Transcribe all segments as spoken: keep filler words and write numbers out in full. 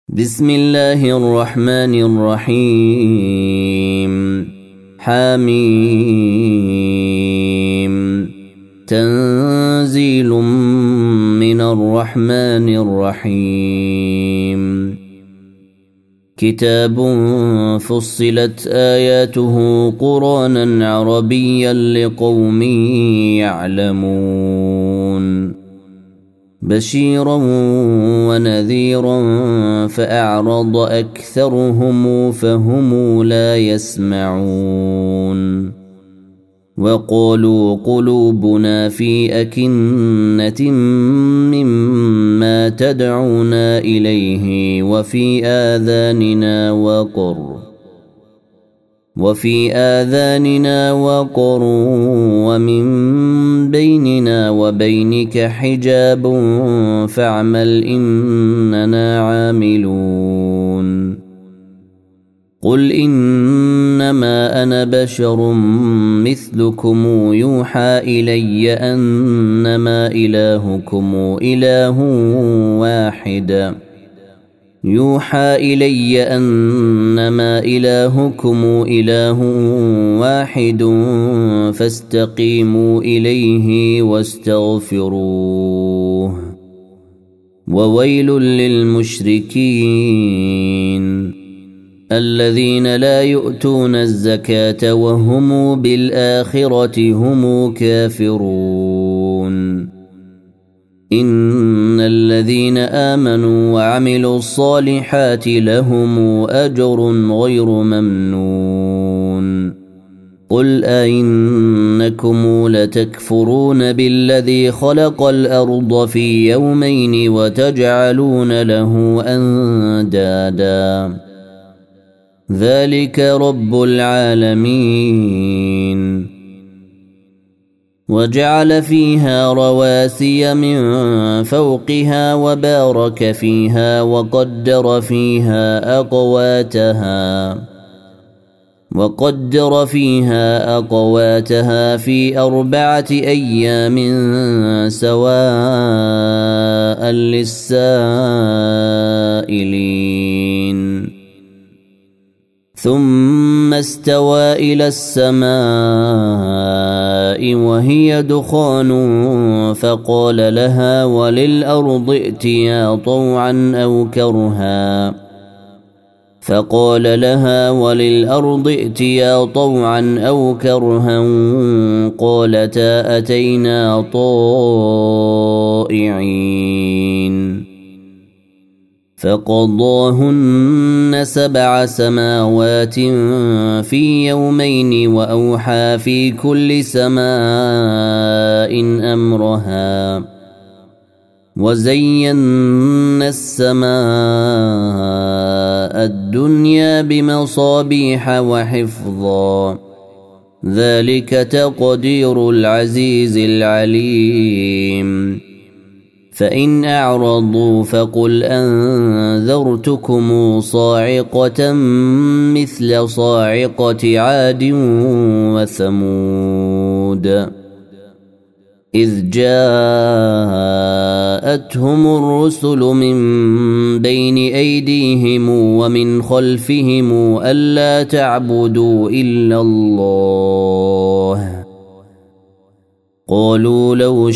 بسم الله الرحمن الرحيم حميم تنزيل من الرحمن الرحيم كتاب فصلت آياته قرآنا عربيا لقوم يعلمون بشيرا ونذيرا فأعرض أكثرهم فهم لا يسمعون وقالوا قلوبنا في أكنة مما تدعونا إليه وفي آذاننا وقر وفي آذاننا وقر ومن بيننا وبينك حجاب فاعمل إننا عاملون قل إنما أنا بشر مثلكم يوحى إلي أنما إلهكم إله واحد يوحى إلي أنما إلهكم إله واحد فاستقيموا إليه واستغفروه وويل للمشركين الذين لا يؤتون الزكاة وهم بالآخرة هم كافرون إن الذين آمنوا وعملوا الصالحات لهم أجر غير ممنون قل أئنكم لتكفرون بالذي خلق الأرض في يومين وتجعلون له أندادا ذلك رب العالمين وجعل فيها رواسي من فوقها وبارك فيها وقدر فيها أقواتها وقدر فيها أقواتها في أربعة أيام سواء للسائلين ثم استوى إلى السماء وهي دخان فقال لها وللأرض ائتيا طوعا أو كرها فقال لها وللأرض ائتيا طوعا أو كرها قالتا أتينا طائعين فقضاهن سبع سماوات في يومين وأوحى في كل سماء أمرها وزينا السماء الدنيا بمصابيح وحفظا ذلك تقدير العزيز العليم فإن أعرضوا فقل أنذرتكم صاعقة مثل صاعقة عاد وثمود إذ جاءتهم الرسل من بين أيديهم ومن خلفهم ألا تعبدوا إلا الله قالوا لو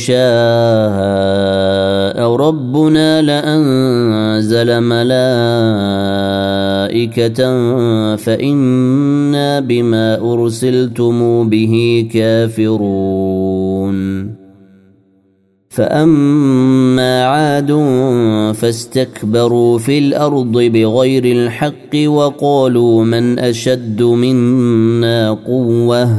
شاء ربنا لأنزل ملائكة فإنا بما أرسلتم به كافرون فأما عاد فاستكبروا في الأرض بغير الحق وقالوا من أشد منا قوة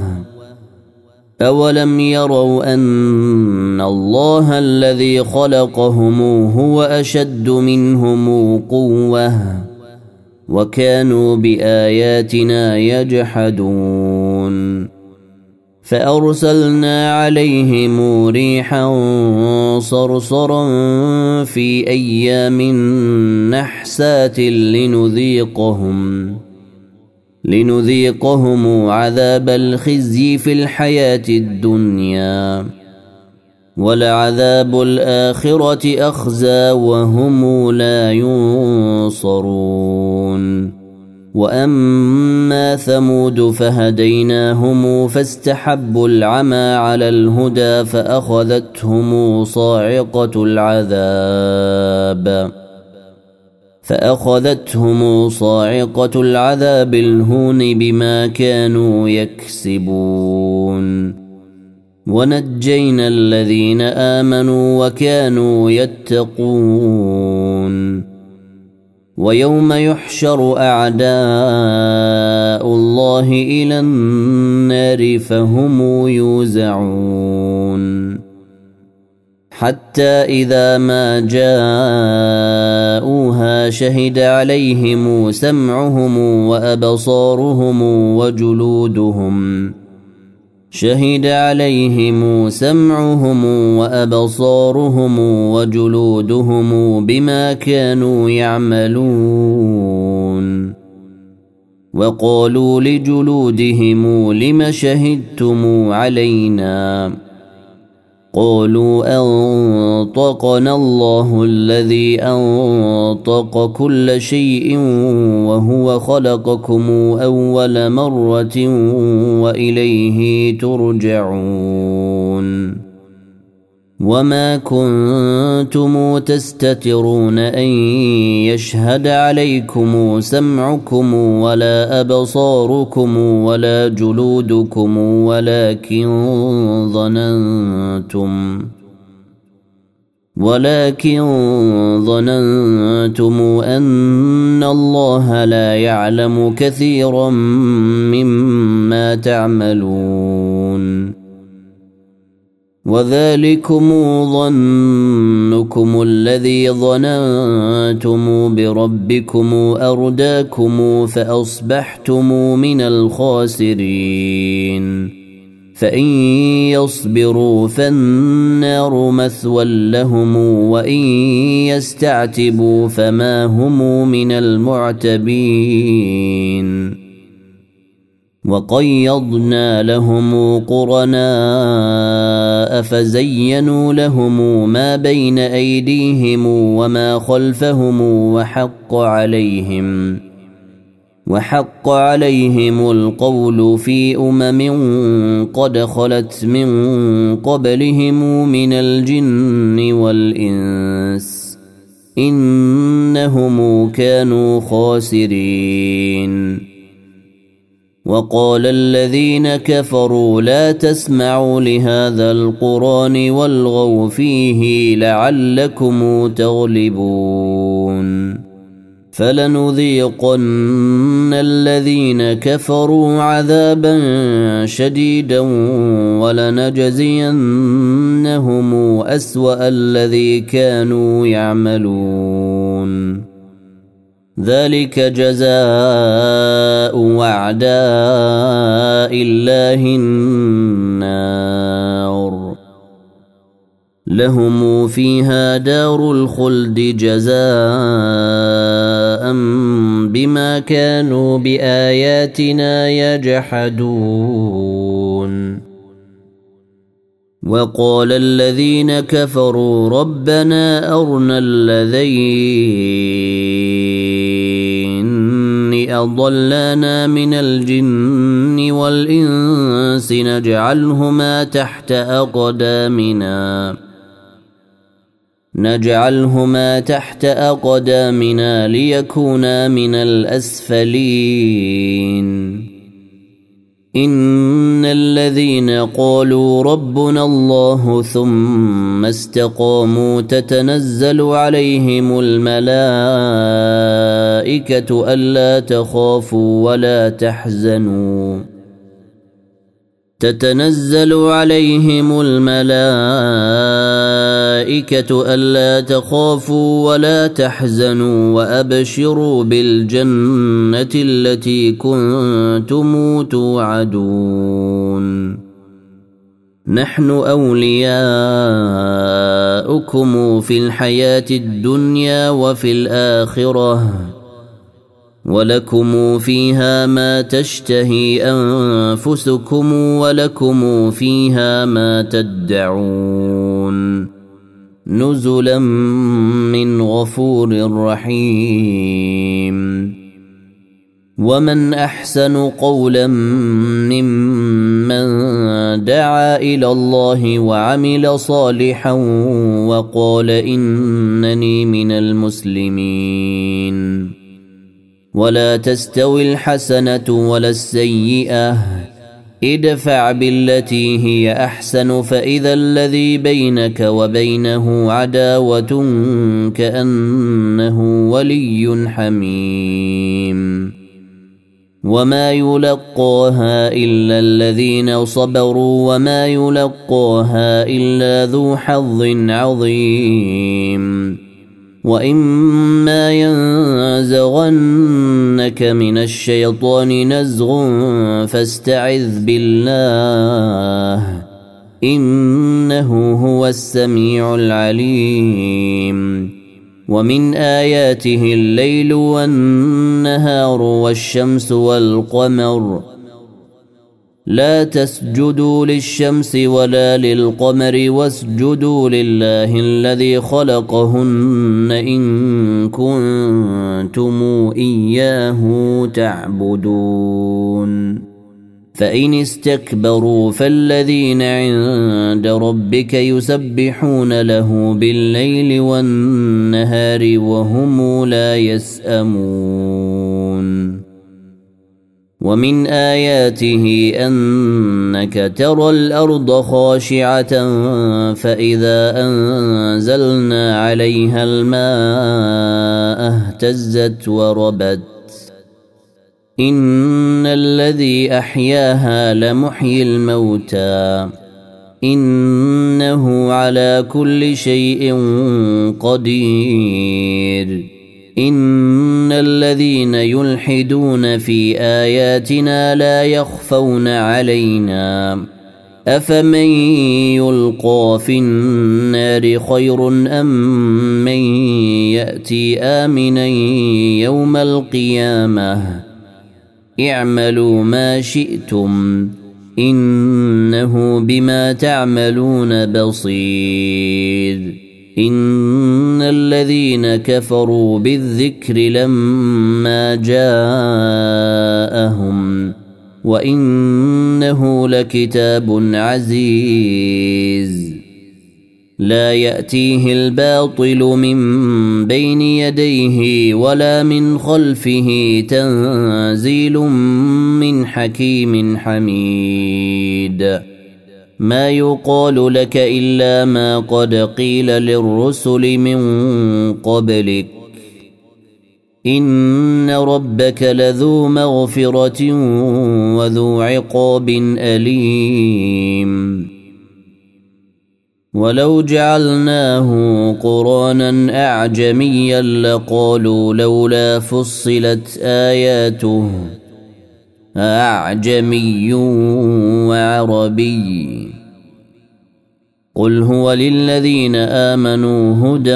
أولم يروا أن الله الذي خلقهم هو أشد منهم قوة وكانوا بآياتنا يجحدون فأرسلنا عليهم ريحا صرصرا في أيام نحسات لنذيقهم لنذيقهم عذاب الخزي في الحياة الدنيا ولعذاب الآخرة أخزى وهم لا ينصرون وأما ثمود فهديناهم فاستحبوا العمى على الهدى فأخذتهم صاعقة العذاب فأخذتهم صاعقة العذاب الهون بما كانوا يكسبون ونجينا الذين آمنوا وكانوا يتقون ويوم يحشر أعداء الله إلى النار فهم يوزعون حتى إذا ما جاءوها شهد عليهم سمعهم وأبصارهم وجلودهم شهد عليهم سمعهم وأبصارهم وجلودهم بما كانوا يعملون وقالوا لجلودهم لم شهدتم علينا قالوا أنطقنا الله الذي أنطق كل شيء وهو خلقكم أول مرة وإليه ترجعون وما كنتم تستترون أن يشهد عليكم سمعكم ولا أبصاركم ولا جلودكم ولكن ظننتم ولكن ظننتم أن الله لا يعلم كثيرا مما تعملون وذلكم ظنكم الذي ظننتم بربكم أرداكم فأصبحتم من الخاسرين فإن يصبروا فالنار مثوى لهم وإن يستعتبوا فما هم من المعتبين وقيضنا لهم قرناء فزينوا لهم ما بين أيديهم وما خلفهم وحق عليهم وحق عليهم القول في أمم قد خلت من قبلهم من الجن والإنس إنهم كانوا خاسرين وقال الذين كفروا لا تسمعوا لهذا القرآن والغوا فيه لعلكم تغلبون فلنذيقن الذين كفروا عذابا شديدا ولنجزينهم أسوأ الذي كانوا يعملون ذلك جزاء أعداء الله النار لهم فيها دار الخلد جزاء بما كانوا بآياتنا يجحدون وقال الذين كفروا ربنا أرنا الذين أضلانا من الجن والإنس نجعلهما تحت أقدامنا نجعلهما تحت أقدامنا ليكونا من الأسفلين إن الذين قالوا ربنا الله ثم استقاموا تتنزل عليهم الملائكة ألا تخافوا ولا تحزنوا تتنزل عليهم الملائكة ألا تخافوا ولا تحزنوا وأبشروا بالجنة التي كنتم توعدون نحن أولياؤكم في الحياة الدنيا وفي الآخرة ولكم فيها ما تشتهي أنفسكم ولكم فيها ما تدعون نزلا من غفور رحيم. ومن أحسن قولا ممن دعا إلى الله وعمل صالحا وقال إنني من المسلمين. ولا تستوي الحسنة ولا السيئة، ادفع بالتي هي أحسن فإذا الذي بينك وبينه عداوة كأنه ولي حميم. وما يلقاها إلا الذين صبروا وما يلقاها إلا ذو حظ عظيم. وإما ينزغنك من الشيطان نزغ فاستعذ بالله إنه هو السميع العليم. ومن آياته الليل والنهار والشمس والقمر لا تسجدوا للشمس ولا للقمر واسجدوا لله الذي خلقهن إن كنتم إياه تعبدون. فإن استكبروا فالذين عند ربك يسبحون له بالليل والنهار وهم لا يسأمون. ومن آياته أنك ترى الأرض خاشعة فإذا أنزلنا عليها الماء اهتزت وربت إن الذي أحياها لمحيي الموتى إنه على كل شيء قدير. إن الذين يلحدون في آياتنا لا يخفون علينا أفمن يلقى في النار خير أم من يأتي آمنا يوم القيامة اعملوا ما شئتم إنه بما تعملون بصير. إن الذين كفروا بالذكر لما جاءهم وإنه لكتاب عزيز لا يأتيه الباطل من بين يديه ولا من خلفه تنزيل من حكيم حميد. ما يقال لك إلا ما قد قيل للرسل من قبلك إن ربك لذو مغفرة وذو عقاب أليم. ولو جعلناه قرانا أعجميا لقالوا لولا فصلت آياته أعجمي وعربي قل هو للذين آمنوا هدى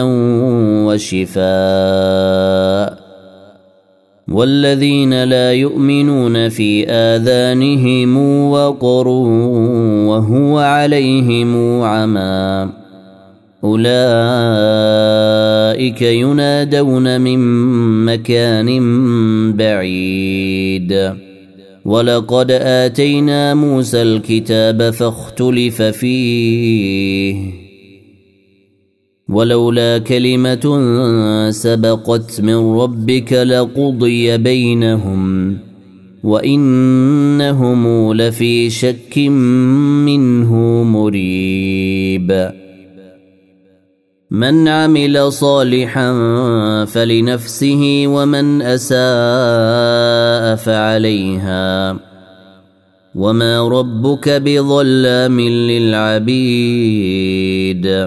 وشفاء والذين لا يؤمنون في آذانهم وقر وهو عليهم عمى أولئك ينادون من مكان بعيد. ولقد آتينا موسى الكتاب فاختلف فيه ولولا كلمة سبقت من ربك لقضي بينهم وإنهم لفي شك منه مريب. من عمل صالحا فلنفسه ومن أساء فعليها وما ربك بظلام للعبيد.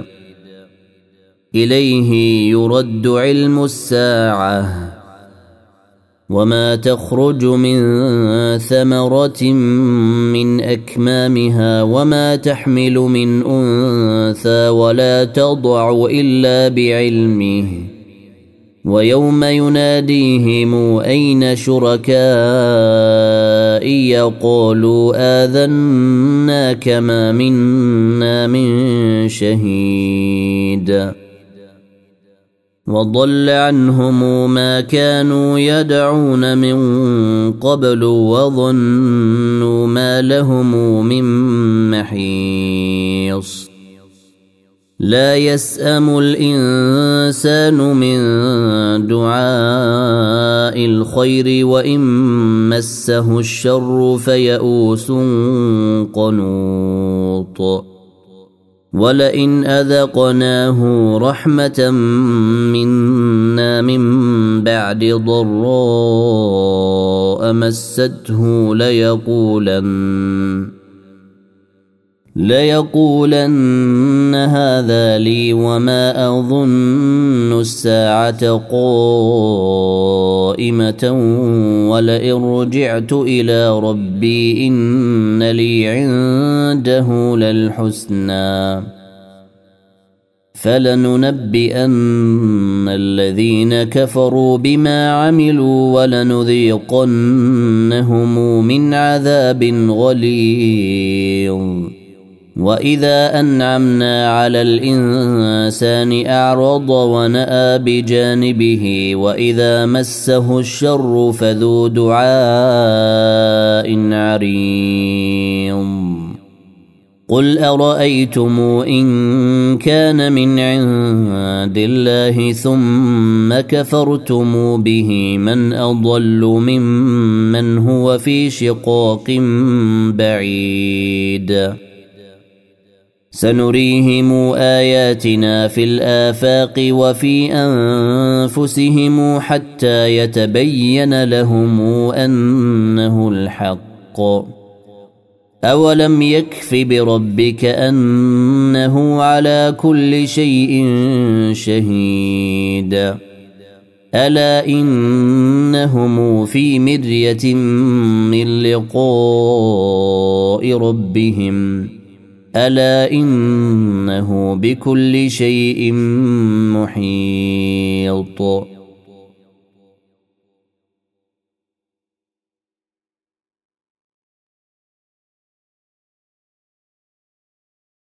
إليه يرد علم الساعة وما تخرج من ثمرة من أكمامها وما تحمل من أنثى ولا تضع إلا بعلمه ويوم يناديهم أين شركائي قالوا آذناك ما منا من شهيد وضل عنهم ما كانوا يدعون من قبل وظنوا ما لهم من محيص لا يسأم الإنسان من دعاء الخير وإن مسه الشر فيئوس قنوط ولئن أذقناه رحمة منا من بعد ضراء مسته ليقولن ليقولن هذا لي وما أظن الساعة قائمة ولئن رجعت إلى ربي إن لي عنده للحسنى فلننبئن الذين كفروا بما عملوا ولنذيقنهم من عذاب غليظ وإذا أنعمنا على الإنسان أعرض ونأى بجانبه وإذا مسه الشر فذو دعاء عريض قل أرأيتم إن كان من عند الله ثم كفرتم به من أضل ممن هو في شقاق بعيد سنريهم آياتنا في الآفاق وفي أنفسهم حتى يتبين لهم أنه الحق أولم يكف بربك أنه على كل شيء شهيد ألا إنهم في مرية من لقاء ربهم ألا إنه بكل شيء محيط